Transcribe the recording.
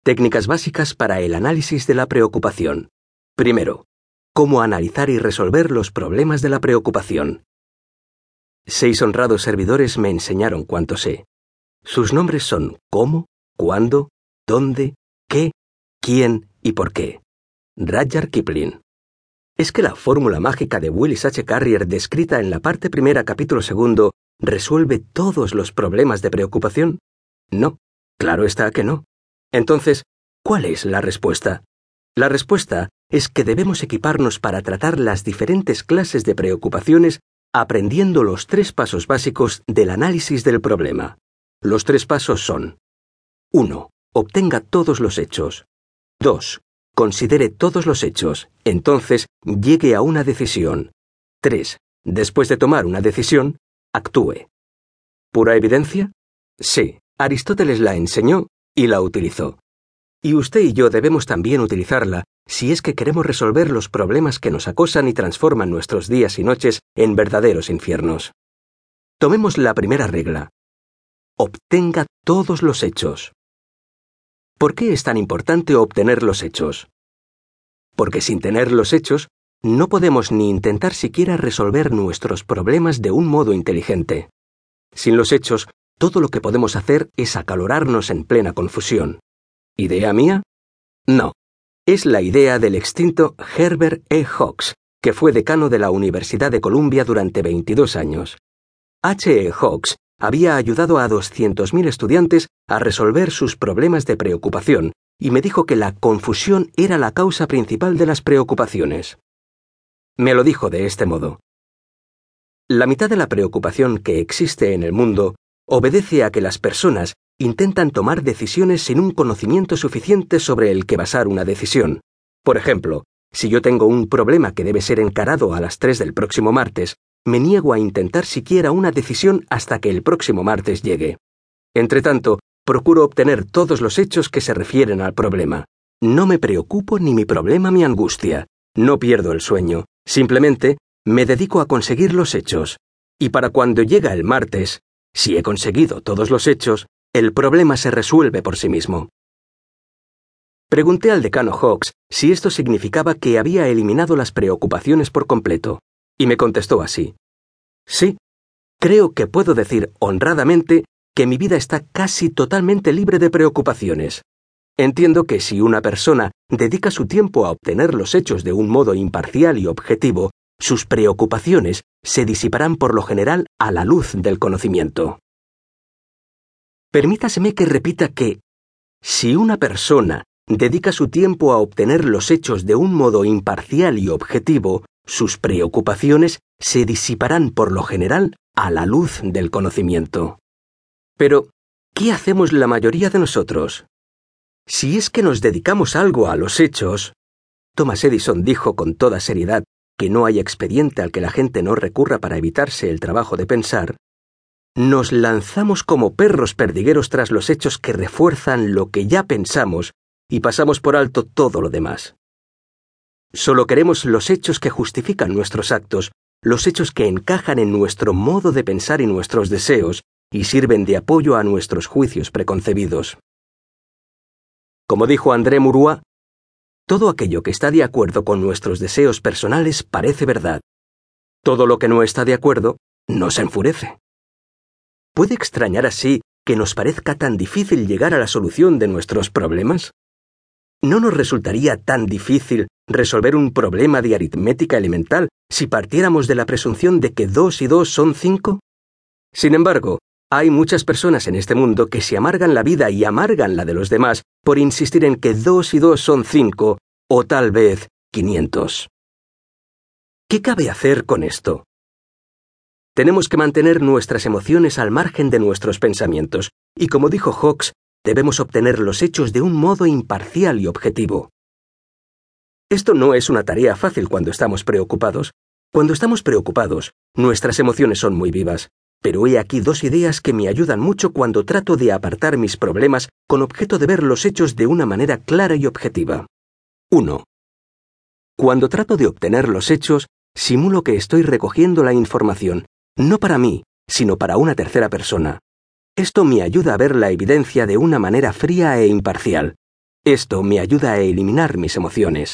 Técnicas básicas para el análisis de la preocupación. Primero, cómo analizar y resolver los problemas de la preocupación. 6 honrados servidores me enseñaron cuanto sé. Sus nombres son cómo, cuándo, dónde, qué, quién y por qué. Rudyard Kipling. ¿Es que la fórmula mágica de Willis H. Carrier descrita en la parte primera capítulo segundo resuelve todos los problemas de preocupación? No, claro está que no. Entonces, ¿cuál es la respuesta? La respuesta es que debemos equiparnos para tratar las diferentes clases de preocupaciones aprendiendo los 3 pasos básicos del análisis del problema. Los 3 pasos son: 1. Obtenga todos los hechos. 2. Considere todos los hechos, entonces llegue a una decisión. 3. Después de tomar una decisión, actúe. ¿Pura evidencia? Sí, Aristóteles la enseñó y la utilizó. Y usted y yo debemos también utilizarla si es que queremos resolver los problemas que nos acosan y transforman nuestros días y noches en verdaderos infiernos. Tomemos la primera regla. Obtenga todos los hechos. ¿Por qué es tan importante obtener los hechos? Porque sin tener los hechos, no podemos ni intentar siquiera resolver nuestros problemas de un modo inteligente. Sin los hechos, todo lo que podemos hacer es acalorarnos en plena confusión. ¿Idea mía? No. Es la idea del extinto Herbert E. Hawks, que fue decano de la Universidad de Columbia durante 22 años. H. E. Hawks había ayudado a 200.000 estudiantes a resolver sus problemas de preocupación y me dijo que la confusión era la causa principal de las preocupaciones. Me lo dijo de este modo: la mitad de la preocupación que existe en el mundo obedece a que las personas intentan tomar decisiones sin un conocimiento suficiente sobre el que basar una decisión. Por ejemplo, si yo tengo un problema que debe ser encarado a las 3 del próximo martes, me niego a intentar siquiera una decisión hasta que el próximo martes llegue. Entretanto, procuro obtener todos los hechos que se refieren al problema. No me preocupo ni mi problema me angustia. No pierdo el sueño. Simplemente me dedico a conseguir los hechos. Y para cuando llega el martes, si he conseguido todos los hechos, el problema se resuelve por sí mismo. Pregunté al decano Hawks si esto significaba que había eliminado las preocupaciones por completo, y me contestó así: sí, creo que puedo decir honradamente que mi vida está casi totalmente libre de preocupaciones. Entiendo que si una persona dedica su tiempo a obtener los hechos de un modo imparcial y objetivo, sus preocupaciones se disiparán por lo general a la luz del conocimiento. Permítaseme que repita que, si una persona dedica su tiempo a obtener los hechos de un modo imparcial y objetivo, sus preocupaciones se disiparán por lo general a la luz del conocimiento. Pero, ¿qué hacemos la mayoría de nosotros? Si es que nos dedicamos algo a los hechos, Thomas Edison dijo con toda seriedad que no hay expediente al que la gente no recurra para evitarse el trabajo de pensar, nos lanzamos como perros perdigueros tras los hechos que refuerzan lo que ya pensamos y pasamos por alto todo lo demás. Solo queremos los hechos que justifican nuestros actos, los hechos que encajan en nuestro modo de pensar y nuestros deseos y sirven de apoyo a nuestros juicios preconcebidos. Como dijo André Maurois, todo aquello que está de acuerdo con nuestros deseos personales parece verdad. Todo lo que no está de acuerdo nos enfurece. ¿Puede extrañar así que nos parezca tan difícil llegar a la solución de nuestros problemas? ¿No nos resultaría tan difícil resolver un problema de aritmética elemental si partiéramos de la presunción de que 2 y 2 son 5? Sin embargo, hay muchas personas en este mundo que se amargan la vida y amargan la de los demás por insistir en que 2 y 2 son 5 o tal vez 500. ¿Qué cabe hacer con esto? Tenemos que mantener nuestras emociones al margen de nuestros pensamientos, y como dijo Hawks, debemos obtener los hechos de un modo imparcial y objetivo. Esto no es una tarea fácil cuando estamos preocupados. Cuando estamos preocupados, nuestras emociones son muy vivas, pero he aquí 2 ideas que me ayudan mucho cuando trato de apartar mis problemas con objeto de ver los hechos de una manera clara y objetiva. 1. Cuando trato de obtener los hechos, simulo que estoy recogiendo la información, no para mí, sino para una tercera persona. Esto me ayuda a ver la evidencia de una manera fría e imparcial. Esto me ayuda a eliminar mis emociones.